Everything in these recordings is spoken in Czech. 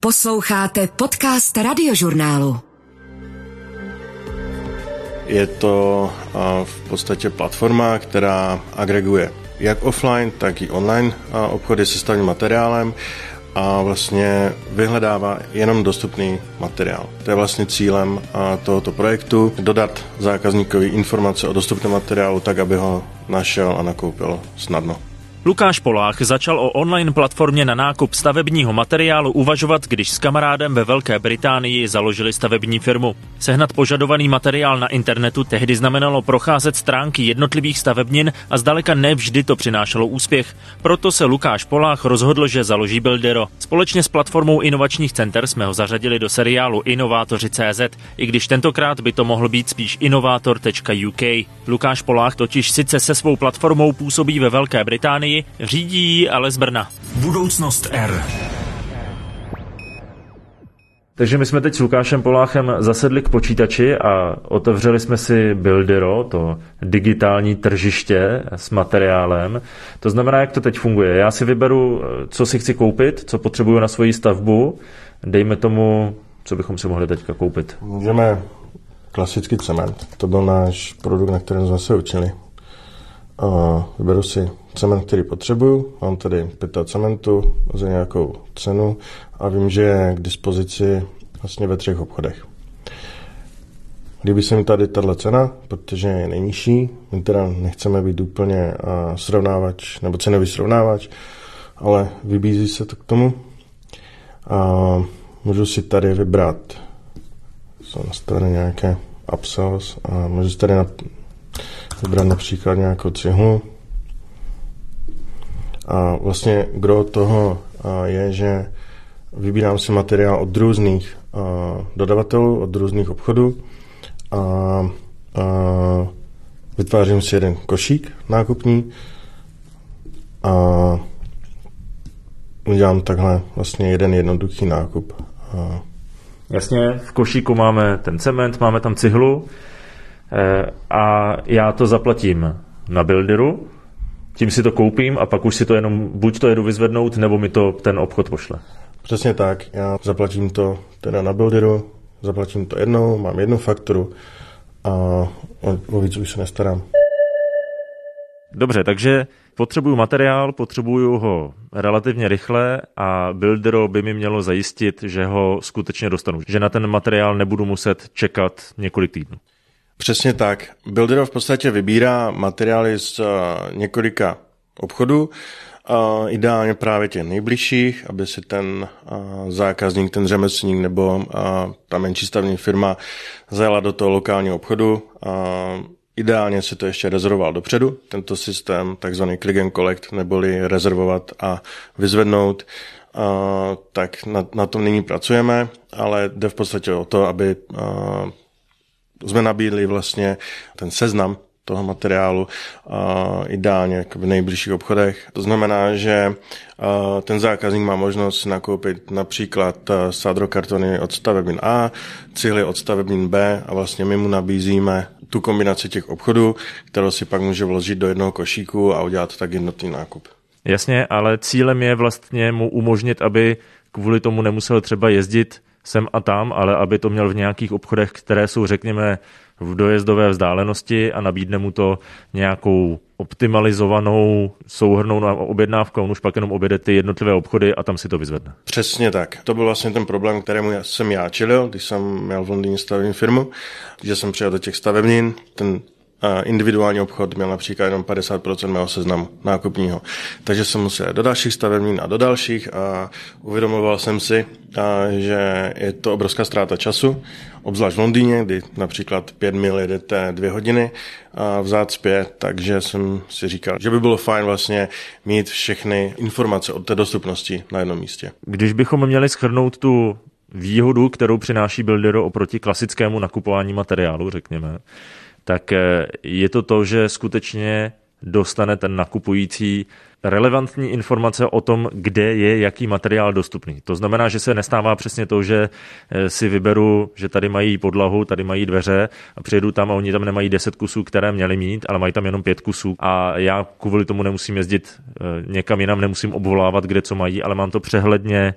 Posloucháte podcast Radiožurnálu. Je to v podstatě platforma, která agreguje jak offline, tak i online obchody se stavebním materiálem a vlastně vyhledává jenom dostupný materiál. To je vlastně cílem tohoto projektu, dodat zákazníkovi informace o dostupném materiálu tak, aby ho našel a nakoupil snadno. Lukáš Polách začal o online platformě na nákup stavebního materiálu uvažovat, když s kamarádem ve Velké Británii založili stavební firmu. Sehnat požadovaný materiál na internetu tehdy znamenalo procházet stránky jednotlivých stavebnin a zdaleka nevždy to přinášelo úspěch. Proto se Lukáš Polách rozhodl, že založí Buildero. Společně s platformou inovačních center jsme ho zařadili do seriálu Inovátoři.cz, i když tentokrát by to mohl být spíš inovator.uk. Lukáš Polách totiž sice se svou platformou působí ve Velké Británii, řídí ji ale z Brna. Budoucnost R. Takže my jsme teď s Lukášem Poláchem zasedli k počítači a otevřeli jsme si Buildero, to digitální tržiště s materiálem. To znamená, jak to teď funguje. Já si vyberu, co si chci koupit, co potřebuju na svoji stavbu. Dejme tomu, co bychom si mohli teďka koupit. Můžeme klasický cement. To byl náš produkt, na kterém jsme se učili. Vyberu si cement, který potřebuju. Mám tady pytel cementu za nějakou cenu a vím, že je k dispozici vlastně ve 3 obchodech. Líbí se mi tady tato cena, protože je nejnižší. My teda nechceme být úplně srovnávač nebo cenový srovnávač, ale vybízí se to k tomu. Můžu si tady vybrat, jsou nastavené nějaké upsells a můžu si tady vybrat například nějakou cihlu. A vlastně gro toho je, že vybírám si materiál od různých dodavatelů, od různých obchodů a vytvářím si jeden košík nákupní a udělám takhle vlastně jeden jednoduchý nákup. Jasně, v košíku máme ten cement, máme tam cihlu a já to zaplatím na Builderu, tím si to koupím a pak už si to jenom buď to jedu vyzvednout, nebo mi to ten obchod pošle. Přesně tak, já zaplatím to teda na Builderu, zaplatím to jednou, mám jednu fakturu a o víc už se nestarám. Dobře, takže potřebuju materiál, potřebuju ho relativně rychle a Buildero by mi mělo zajistit, že ho skutečně dostanu, že na ten materiál nebudu muset čekat několik týdnů. Přesně tak. Buildero v podstatě vybírá materiály z několika obchodů, ideálně právě těch nejbližších, aby si ten zákazník, ten řemeslník nebo ta menší stavební firma zajela do toho lokálního obchodu. Ideálně si to ještě rezervoval dopředu, tento systém, takzvaný click and collect, neboli rezervovat a vyzvednout. Tak na tom nyní pracujeme, ale jde v podstatě o to, aby jsme nabídli vlastně ten seznam toho materiálu ideálně v nejbližších obchodech. To znamená, že ten zákazník má možnost nakoupit například sádrokartony od stavebnin A, cihly od stavebnin B a vlastně my mu nabízíme tu kombinaci těch obchodů, kterou si pak může vložit do jednoho košíku a udělat tak jednotný nákup. Jasně, ale cílem je vlastně mu umožnit, aby kvůli tomu nemusel třeba jezdit sem a tam, ale aby to měl v nějakých obchodech, které jsou, řekněme, v dojezdové vzdálenosti a nabídne mu to nějakou optimalizovanou souhrnnou objednávku, on už pak jenom objede ty jednotlivé obchody a tam si to vyzvedne. Přesně tak. To byl vlastně ten problém, kterému jsem já čelil, když jsem měl v Londýně stavební firmu, že jsem přijel do těch stavebnin, ten individuální obchod měl například jenom 50% mého seznamu nákupního. Takže jsem musel do dalších stavebnin a do dalších a uvědomoval jsem si, že je to obrovská ztráta času, obzvlášť v Londýně, kdy například 5 mil jedete 2 hodiny a vzát zpět, takže jsem si říkal, že by bylo fajn vlastně mít všechny informace o té dostupnosti na jednom místě. Když bychom měli shrnout tu výhodu, kterou přináší Buildero oproti klasickému nakupování materiálu, řekněme, tak je to, že skutečně dostane ten nakupující relevantní informace o tom, kde je jaký materiál dostupný. To znamená, že se nestává přesně to, že si vyberu, že tady mají podlahu, tady mají dveře a přijedu tam a oni tam nemají 10 kusů, které měli mít, ale mají tam jenom 5 kusů a já kvůli tomu nemusím jezdit někam jinam, nemusím obvolávat, kde co mají, ale mám to přehledně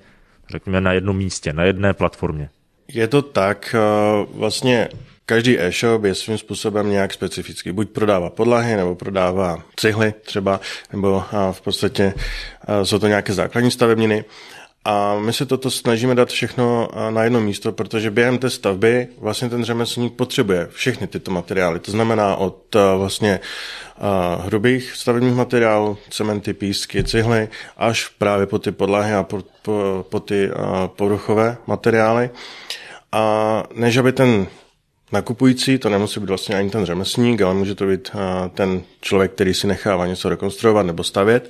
řekněme, na jednom místě, na jedné platformě. Je to tak, vlastně každý e-shop je svým způsobem nějak specifický. Buď prodává podlahy, nebo prodává cihly třeba, nebo v podstatě jsou to nějaké základní stavebniny. A my se toto snažíme dát všechno na jedno místo, protože během té stavby vlastně ten řemeslník potřebuje všechny tyto materiály. To znamená od vlastně hrubých stavebních materiálů, cementy, písky, cihly, až právě po ty podlahy a po ty povrchové materiály. A než aby ten nakupující, to nemusí být vlastně ani ten řemeslník, ale může to být ten člověk, který si nechává něco rekonstruovat nebo stavět,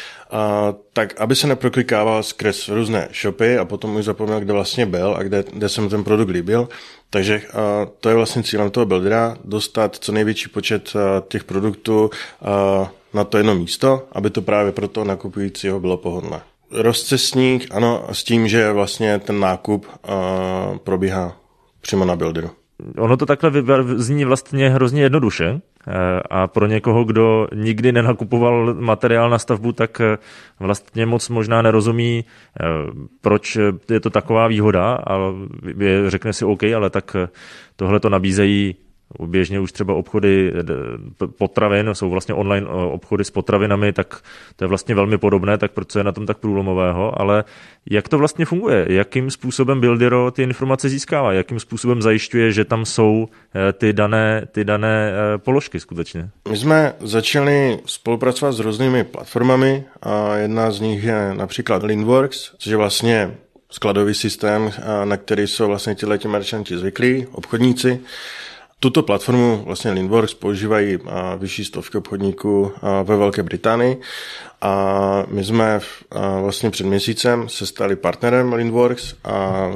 tak aby se neproklikával skrz různé shopy a potom už zapomněl, kde vlastně byl a kde se mu ten produkt líbil. Takže to je vlastně cílem toho buildera, dostat co největší počet těch produktů na to jedno místo, aby to právě pro toho nakupujícího bylo pohodlné. Rozcestník, ano, s tím, že vlastně ten nákup probíhá přímo na builderu. Ono to takhle zní vlastně hrozně jednoduše a pro někoho, kdo nikdy nenakupoval materiál na stavbu, tak vlastně moc možná nerozumí, proč je to taková výhoda a řekne si OK, ale tak tohle to nabízejí běžně už třeba obchody potravin, jsou vlastně online obchody s potravinami, tak to je vlastně velmi podobné, tak proč je na tom tak průlomového, ale jak to vlastně funguje? Jakým způsobem Buildero ty informace získává? Jakým způsobem zajišťuje, že tam jsou ty dané položky skutečně? My jsme začali spolupracovat s různými platformami a jedna z nich je například Lindworks, což je vlastně skladový systém, na který jsou vlastně tihleti merchanti zvyklí, obchodníci. Tuto platformu vlastně Lindworks používají vyšší stovky obchodníků ve Velké Británii a my jsme vlastně před měsícem se stali partnerem Lindworks a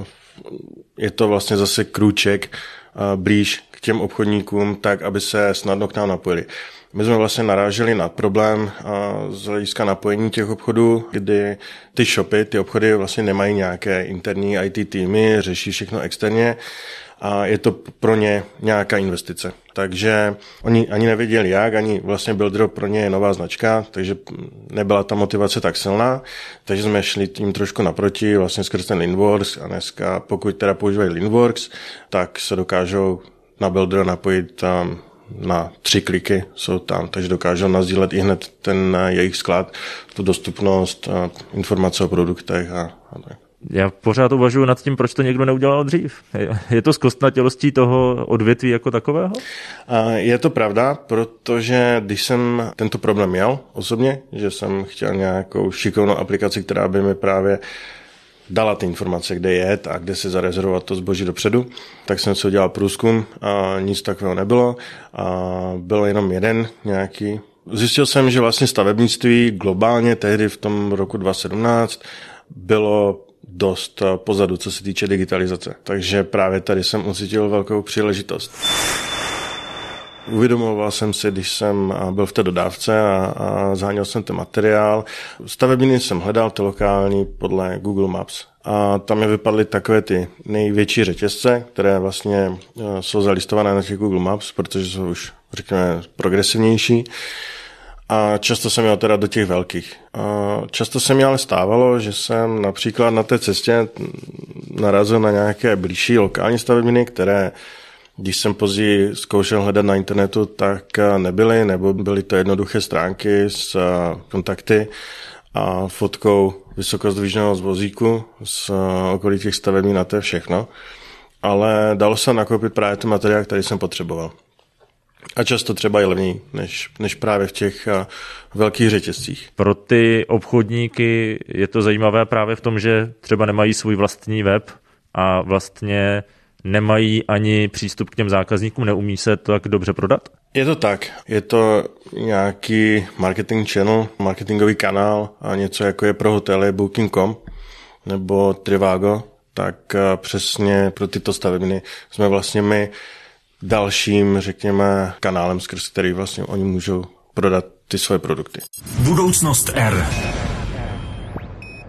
je to vlastně zase krůček blíž k těm obchodníkům, tak aby se snadno k nám napojili. My jsme vlastně naráželi na problém z hlediska napojení těch obchodů, kdy ty shopy, ty obchody vlastně nemají nějaké interní IT týmy, řeší všechno externě a je to pro ně nějaká investice. Takže oni ani nevěděli jak, ani vlastně Buildero pro ně je nová značka, takže nebyla ta motivace tak silná, takže jsme šli tím trošku naproti vlastně skrz ten Lindworks a dneska pokud teda používají Lindworks, tak se dokážou na Buildero napojit na 3 kliky jsou tam, takže dokážou nasdílet i hned ten jejich sklad, tu dostupnost, informace o produktech a tak. Já pořád uvažuji nad tím, proč to někdo neudělal dřív. Je to zkostnatělostí toho odvětví jako takového? Je to pravda, protože když jsem tento problém měl osobně, že jsem chtěl nějakou šikovnou aplikaci, která by mi právě dala ty informace, kde jet a kde si zarezervovat to zboží dopředu, tak jsem si udělal průzkum a nic takového nebylo. Byl jenom jeden nějaký. Zjistil jsem, že vlastně stavebnictví globálně tehdy v tom roku 2017 bylo dost pozadu, co se týče digitalizace. Takže právě tady jsem ucítil velkou příležitost. Uvědomoval jsem si, když jsem byl v té dodávce a zháněl jsem ten materiál. Stavebniny jsem hledal ty lokální podle Google Maps. A tam mi vypadly takové ty největší řetězce, které vlastně jsou zalistované na těch Google Maps, protože jsou už, řekněme, progresivnější. A často jsem jel teda do těch velkých. Často se mi ale stávalo, že jsem například na té cestě narazil na nějaké blížší lokální stavebniny, které, když jsem později zkoušel hledat na internetu, tak nebyly, nebo byly to jednoduché stránky s kontakty a fotkou vysokozdvižného vozíku z okolí těch stavebnin, na to je všechno. Ale dalo se nakoupit právě ten materiál, který jsem potřeboval. A často třeba i levněji, než právě v těch velkých řetězcích. Pro ty obchodníky je to zajímavé právě v tom, že třeba nemají svůj vlastní web a vlastně nemají ani přístup k těm zákazníkům, neumí se to tak dobře prodat? Je to tak. Je to nějaký marketing channel, marketingový kanál a něco jako je pro hotely Booking.com nebo Trivago, tak přesně pro tyto stavebny jsme vlastně my dalším, řekněme, kanálem, skrz který vlastně oni můžou prodat ty svoje produkty. Budoucnost R.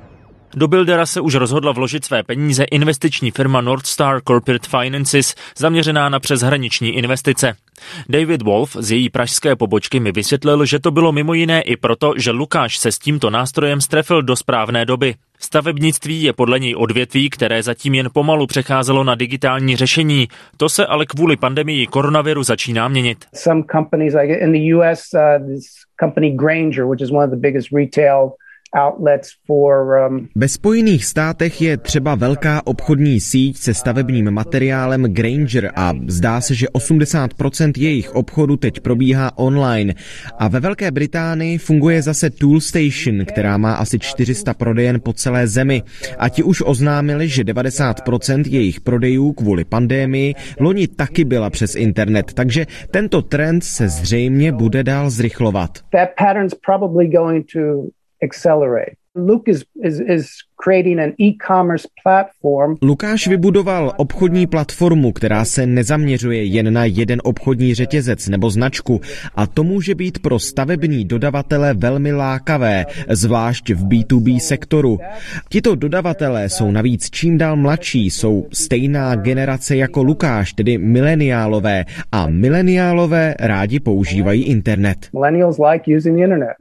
Do Buildera se už rozhodla vložit své peníze investiční firma Northstar Corporate Finances, zaměřená na přeshraniční investice. David Wolf z její pražské pobočky mi vysvětlil, že to bylo mimo jiné i proto, že Lukáš se s tímto nástrojem strefil do správné doby. Stavebnictví je podle něj odvětví, které zatím jen pomalu přecházelo na digitální řešení. To se ale kvůli pandemii koronaviru začíná měnit. Some companies like in the US, this company Grainger, which is one of the biggest retail outlets for Ve Spojených státech je třeba velká obchodní síť se stavebním materiálem Grainger a zdá se, že 80% jejich obchodu teď probíhá online. A ve Velké Británii funguje zase Toolstation, která má asi 400 prodejen po celé zemi. A ti už oznámili, že 90% jejich prodejů kvůli pandemii loni taky byla přes internet, takže tento trend se zřejmě bude dál zrychlovat. that pattern's probably going to accelerate. Luke is creating an e-commerce platform. Lukáš vybudoval obchodní platformu, která se nezaměřuje jen na jeden obchodní řetězec nebo značku a to může být pro stavební dodavatele velmi lákavé, zvlášť v B2B sektoru. Tito dodavatelé jsou navíc čím dál mladší, jsou stejná generace jako Lukáš, tedy mileniálové a mileniálové rádi používají internet. Millennials like using the internet.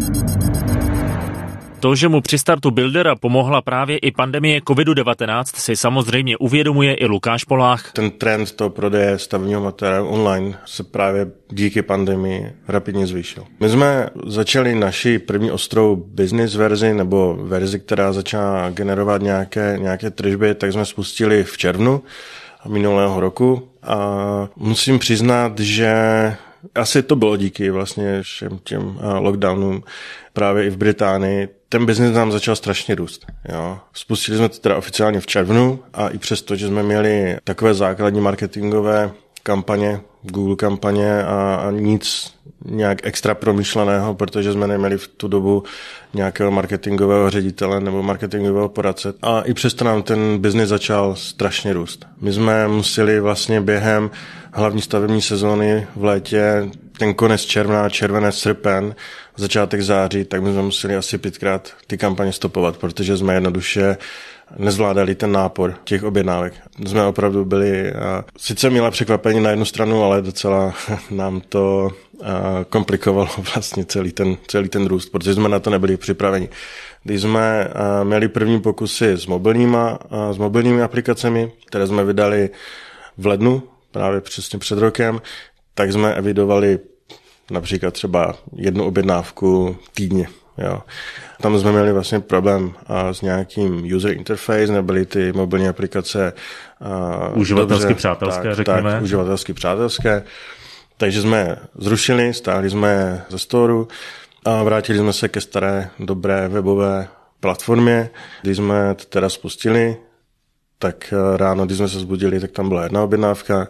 To, že mu při startu Buildera pomohla právě i pandemie COVID-19, si samozřejmě uvědomuje i Lukáš Polách. Ten trend toho prodeje stavebního materiálu online se právě díky pandemii rapidně zvýšil. My jsme začali naši první ostrou business verzi, nebo verzi, která začala generovat nějaké tržby, tak jsme spustili v červnu minulého roku a musím přiznat, že asi to bylo díky vlastně všem těm lockdownům právě i v Británii. Ten biznis nám začal strašně růst. Jo. Spustili jsme to teda oficiálně v červnu a i přesto, že jsme měli takové základní marketingové kampaně, Google kampaně a nic nějak extra promyšleného, protože jsme neměli v tu dobu nějakého marketingového ředitele nebo marketingového poradce. A i přesto nám ten biznis začal strašně růst. My jsme museli vlastně během hlavní stavební sezóny v létě, ten konec června, červenec, srpen, začátek září, tak my jsme museli asi 5krát ty kampaně stopovat, protože jsme jednoduše nezvládali ten nápor těch objednávek. Jsme opravdu byli sice milé překvapení na jednu stranu, ale docela nám to komplikovalo vlastně celý ten růst, protože jsme na to nebyli připraveni. Když jsme měli první pokusy s mobilními aplikacemi, které jsme vydali v lednu, právě přesně před rokem, tak jsme evidovali například třeba jednu objednávku týdně. Jo. Tam jsme měli vlastně problém s nějakým user interface, nebyly ty mobilní aplikace uživatelsky přátelské, řekněme. Tak, uživatelsky přátelské. Takže jsme zrušili, stáhli jsme ze storu a vrátili jsme se ke staré, dobré webové platformě. Když jsme to teda spustili, tak ráno, když jsme se zbudili, tak tam byla jedna objednávka,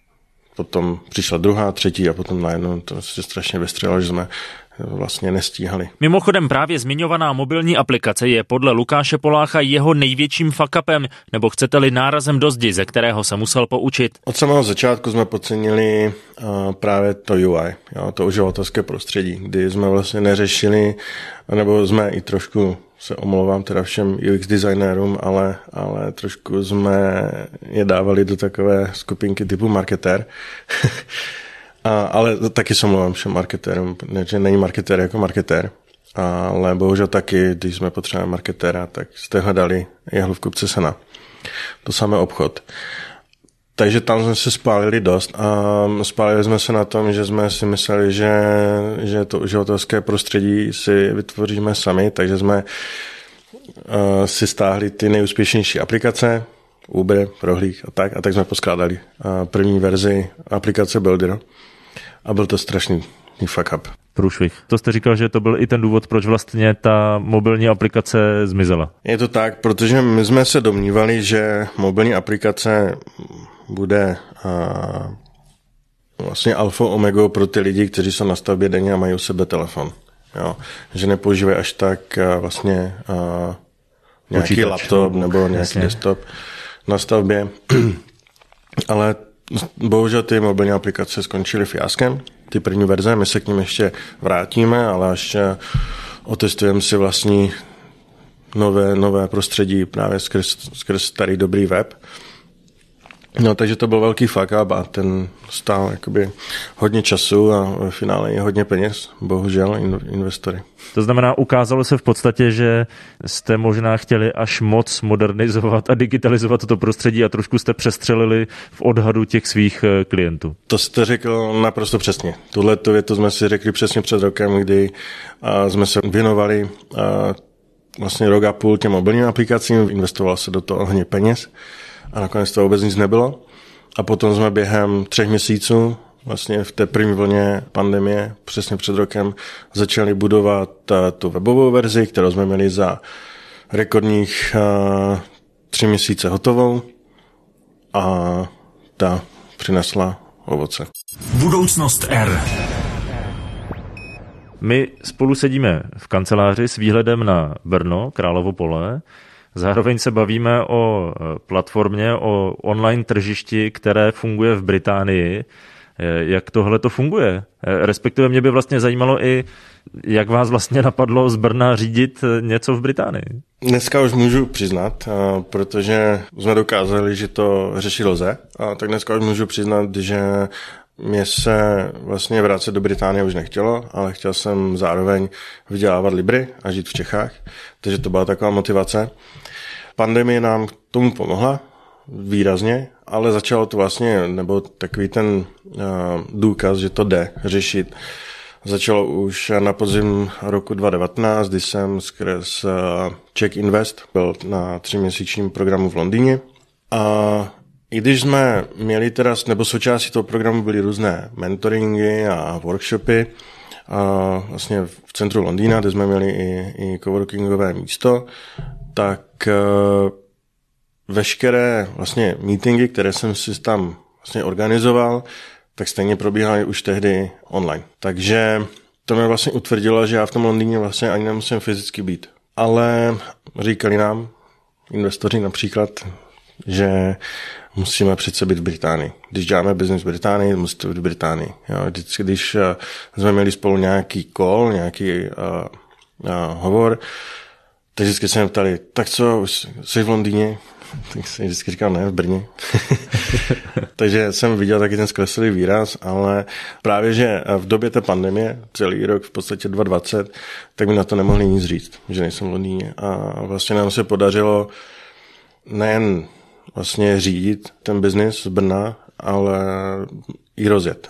potom přišla druhá, třetí a potom najednou to se strašně vystřelilo, že jsme vlastně nestíhali. Mimochodem právě zmiňovaná mobilní aplikace je podle Lukáše Polácha jeho největším fuck-upem, nebo chcete-li nárazem do zdi, ze kterého se musel poučit. Od samého začátku jsme podcenili právě to UI, jo, to uživatelské prostředí, kdy jsme vlastně neřešili, nebo jsme i trošku, se omlouvám teda všem UX designérům, ale trošku jsme je dávali do takové skupinky typu marketér. Ale taky se omlouvám všem marketérům, že není marketér jako marketér, ale bohužel taky, když jsme potřebovali marketéra, tak jste hledali jehlu v kupce sena. To samé obchod. Takže tam jsme se spálili dost a spálili jsme se na tom, že jsme si mysleli, že to uživatelské prostředí si vytvoříme sami, takže jsme si stáhli ty nejúspěšnější aplikace, Uber, Rohlík a tak jsme poskládali první verzi aplikace Builder a byl to strašný fuck up. Průšvih. To jste říkal, že to byl i ten důvod, proč vlastně ta mobilní aplikace zmizela. Je to tak, protože my jsme se domnívali, že mobilní aplikace bude vlastně alfa omega pro ty lidi, kteří jsou na stavbě denně a mají u sebe telefon. Jo. Že nepoužívají až tak vlastně nějaký počítač, laptop nebo nějaký desktop na stavbě. Ale bohužel ty mobilní aplikace skončily fiaskem. Ty první verze, my se k ním ještě vrátíme, ale až otestujeme si vlastní nové prostředí právě skrz starý dobrý web. No, takže to byl velký fuck up a ten stál jakoby hodně času a ve finále je hodně peněz, bohužel, investory. To znamená, ukázalo se v podstatě, že jste možná chtěli až moc modernizovat a digitalizovat toto prostředí a trošku jste přestřelili v odhadu těch svých klientů. To jste řekl naprosto přesně. Tuhletu větu jsme si řekli přesně před rokem, kdy jsme se věnovali vlastně rok a půl těm mobilním aplikacím, investovalo se do toho hodně peněz a nakonec to vůbec nic nebylo. A potom jsme během 3 měsíců, vlastně v té první vlně pandemie, přesně před rokem, začali budovat tu webovou verzi, kterou jsme měli za rekordních 3 měsíce hotovou a ta přinesla ovoce. Budoucnost R. My spolu sedíme v kanceláři s výhledem na Brno, Královo Pole. Zároveň se bavíme o platformě, o online tržišti, které funguje v Británii. Jak tohle to funguje? Respektive mě by vlastně zajímalo i, jak vás vlastně napadlo z Brna řídit něco v Británii. Dneska už můžu přiznat, protože jsme dokázali, že to řešit lze, tak dneska už můžu přiznat, že mě se vlastně vracet do Británie už nechtělo, ale chtěl jsem zároveň vydělávat libry a žít v Čechách, takže to byla taková motivace. Pandemie nám k tomu pomohla výrazně, ale začalo to vlastně, nebo takový ten důkaz, že to jde řešit. Začalo už na podzim roku 2019, kdy jsem skrz Czech Invest byl na 3měsíčním programu v Londýně. A i když jsme měli teda, nebo součástí toho programu byly různé mentoringy a workshopy, a vlastně v centru Londýna, kde jsme měli i coworkingové místo, tak veškeré vlastně meetingy, které jsem si tam vlastně organizoval, tak stejně probíhaly už tehdy online. Takže to mě vlastně utvrdilo, že já v tom Londýně vlastně ani nemusím fyzicky být. Ale říkali nám investoři například, že musíme přece být v Británii. Když děláme business v Británii, musíte být v Británii. Jo, vždycky, když jsme měli spolu nějaký call, nějaký hovor, tak vždycky se mě ptali, tak co, jsi v Londýně? Tak jsem vždycky říkal, ne, v Brně. Takže jsem viděl taky ten skleslivý výraz, ale právě, že v době té pandemie, celý rok v podstatě 2020, tak mi na to nemohli nic říct, že nejsem v Londýně. A vlastně nám se podařilo nejen vlastně řídit ten biznis z Brna, ale i rozjet.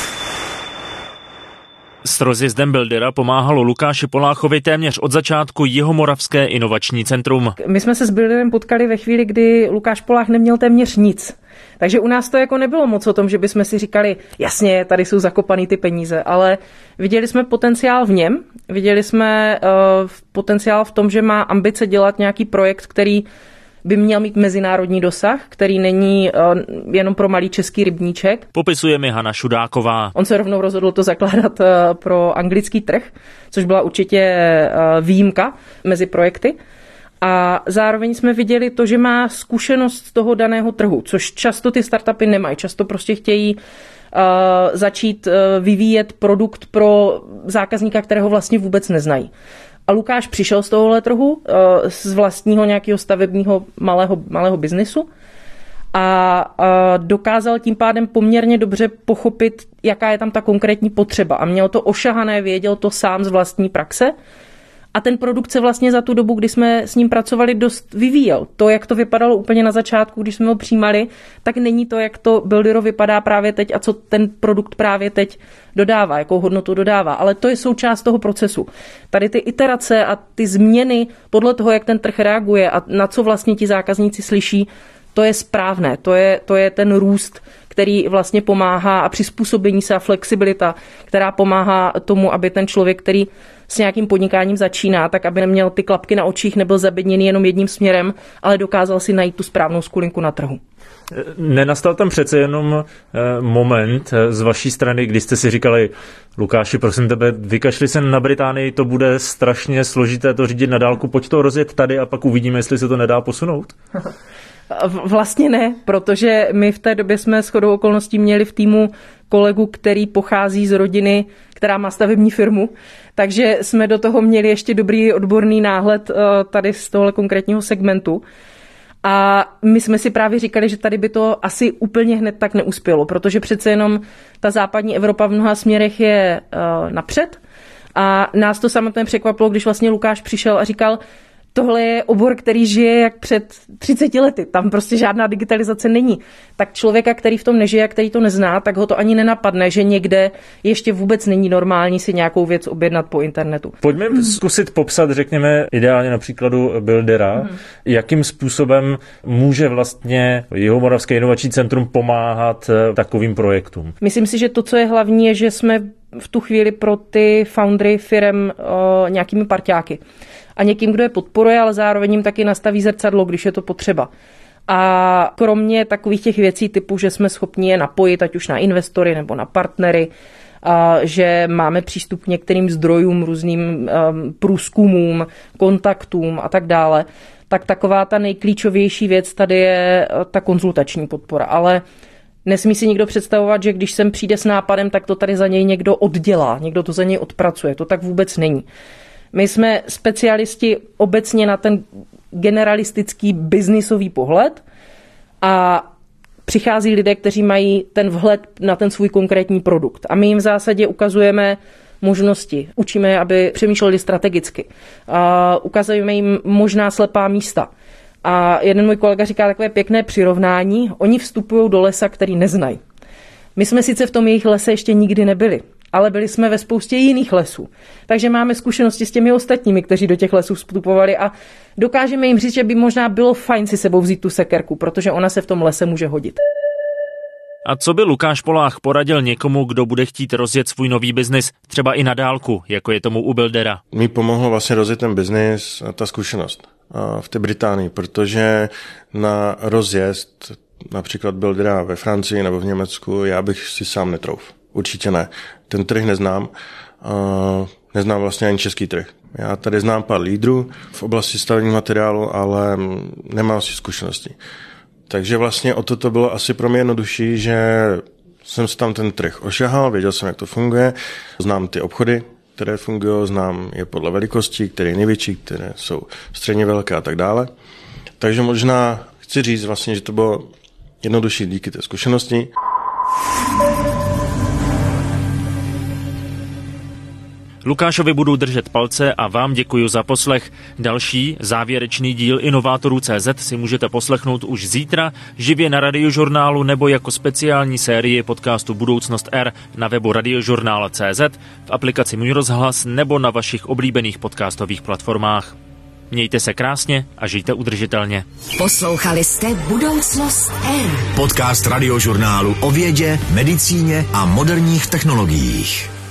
S rozjezdem Buildera pomáhalo Lukáši Poláchovi téměř od začátku Jihomoravské inovační centrum. My jsme se s Builderem potkali ve chvíli, kdy Lukáš Polách neměl téměř nic. Takže u nás to jako nebylo moc o tom, že bychom si říkali, jasně, tady jsou zakopaný ty peníze, ale viděli jsme potenciál v něm, viděli jsme potenciál v tom, že má ambice dělat nějaký projekt, který by měl mít mezinárodní dosah, který není jenom pro malý český rybníček. Popisuje mi Hana Šudáková. On se rovnou rozhodl to zakládat pro anglický trh, což byla určitě výjimka mezi projekty. A zároveň jsme viděli to, že má zkušenost z toho daného trhu, což často ty startupy nemají. Často prostě chtějí začít vyvíjet produkt pro zákazníka, kterého vlastně vůbec neznají. A Lukáš přišel z tohohle trhu, z vlastního nějakého stavebního malého biznesu a dokázal tím pádem poměrně dobře pochopit, jaká je tam ta konkrétní potřeba. A měl to ošahané, věděl to sám z vlastní praxe. A ten produkt se vlastně za tu dobu, kdy jsme s ním pracovali, dost vyvíjel. To, jak to vypadalo úplně na začátku, když jsme ho přijímali, tak není to, jak to Buildero vypadá právě teď a co ten produkt právě teď dodává, jakou hodnotu dodává. Ale to je součást toho procesu. Tady ty iterace a ty změny podle toho, jak ten trh reaguje a na co vlastně ti zákazníci slyší, to je správné. To je ten růst, který vlastně pomáhá a přizpůsobení se a flexibilita, která pomáhá tomu, aby ten člověk, který s nějakým podnikáním začíná, tak aby neměl ty klapky na očích, nebyl zabedněný jenom jedním směrem, ale dokázal si najít tu správnou skulinku na trhu. Nenastal tam přece jenom moment z vaší strany, kdy jste si říkali, Lukáši, prosím tebe, vykašli se na Británii, to bude strašně složité to řídit na dálku, pojď to rozjet tady a pak uvidíme, jestli se to nedá posunout? Vlastně ne, protože my v té době jsme shodou okolností měli v týmu kolegu, který pochází z rodiny, která má stavební firmu, takže jsme do toho měli ještě dobrý odborný náhled tady z tohle konkrétního segmentu. A my jsme si právě říkali, že tady by to asi úplně hned tak neuspělo, protože přece jenom ta západní Evropa v mnoha směrech je napřed a nás to samotné překvapilo, když vlastně Lukáš přišel a říkal, tohle je obor, který žije jak před 30 lety, tam prostě žádná digitalizace není. Tak člověka, který v tom nežije a který to nezná, tak ho to ani nenapadne, že někde ještě vůbec není normální si nějakou věc objednat po internetu. Pojďme zkusit popsat, řekněme, ideálně na příkladu Buildera, jakým způsobem může vlastně Jihomoravské inovační centrum pomáhat takovým projektům. Myslím si, že to, co je hlavní, je, že jsme v tu chvíli pro ty foundry firem nějakými parťáky. A někým, kdo je podporuje, ale zároveň jim taky nastaví zrcadlo, když je to potřeba. A kromě takových těch věcí typu, že jsme schopni je napojit, ať už na investory nebo na partnery, že máme přístup k některým zdrojům, různým průzkumům, kontaktům a tak dále, tak taková ta nejklíčovější věc tady je ta konzultační podpora. Ale nesmí si nikdo představovat, že když sem přijde s nápadem, tak to tady za něj někdo oddělá, někdo to za něj odpracuje. To tak vůbec není. My jsme specialisti obecně na ten generalistický biznisový pohled a přichází lidé, kteří mají ten vhled na ten svůj konkrétní produkt. A my jim v zásadě ukazujeme možnosti. Učíme je, aby přemýšleli strategicky. A ukazujeme jim možná slepá místa. A jeden můj kolega říká takové pěkné přirovnání. Oni vstupují do lesa, který neznají. My jsme sice v tom jejich lese ještě nikdy nebyli, ale byli jsme ve spoustě jiných lesů. Takže máme zkušenosti s těmi ostatními, kteří do těch lesů vstupovali a dokážeme jim říct, že by možná bylo fajn si sebou vzít tu sekerku, protože ona se v tom lese může hodit. A co by Lukáš Polách poradil někomu, kdo bude chtít rozjet svůj nový biznis, třeba i na dálku, jako je tomu u Buildera? Mi pomohlo vlastně rozjet ten biznis a ta zkušenost v té Británii, protože na rozjezd například Buildera ve Francii nebo v Německu já bych si sám netrouf. Určitě ne. Ten trh neznám. Neznám vlastně ani český trh. Já tady znám pár lídrů v oblasti stavebního materiálu, ale nemám si zkušenosti. Takže vlastně o to bylo asi pro mě jednodušší, že jsem si tam ten trh ošahal, věděl jsem, jak to funguje, znám ty obchody, které fungují, znám je podle velikosti, které je největší, které jsou středně velké a tak dále. Takže možná chci říct vlastně, že to bylo jednodušší díky té zkušenosti. Lukášovi budu držet palce a vám děkuji za poslech. Další závěrečný díl Inovátorů.cz si můžete poslechnout už zítra živě na Radiožurnálu nebo jako speciální sérii podcastu Budoucnost R na webu radiožurnál.cz, v aplikaci Můj rozhlas nebo na vašich oblíbených podcastových platformách. Mějte se krásně a žijte udržitelně. Poslouchali jste Budoucnost R. Podcast Radiožurnálu o vědě, medicíně a moderních technologiích.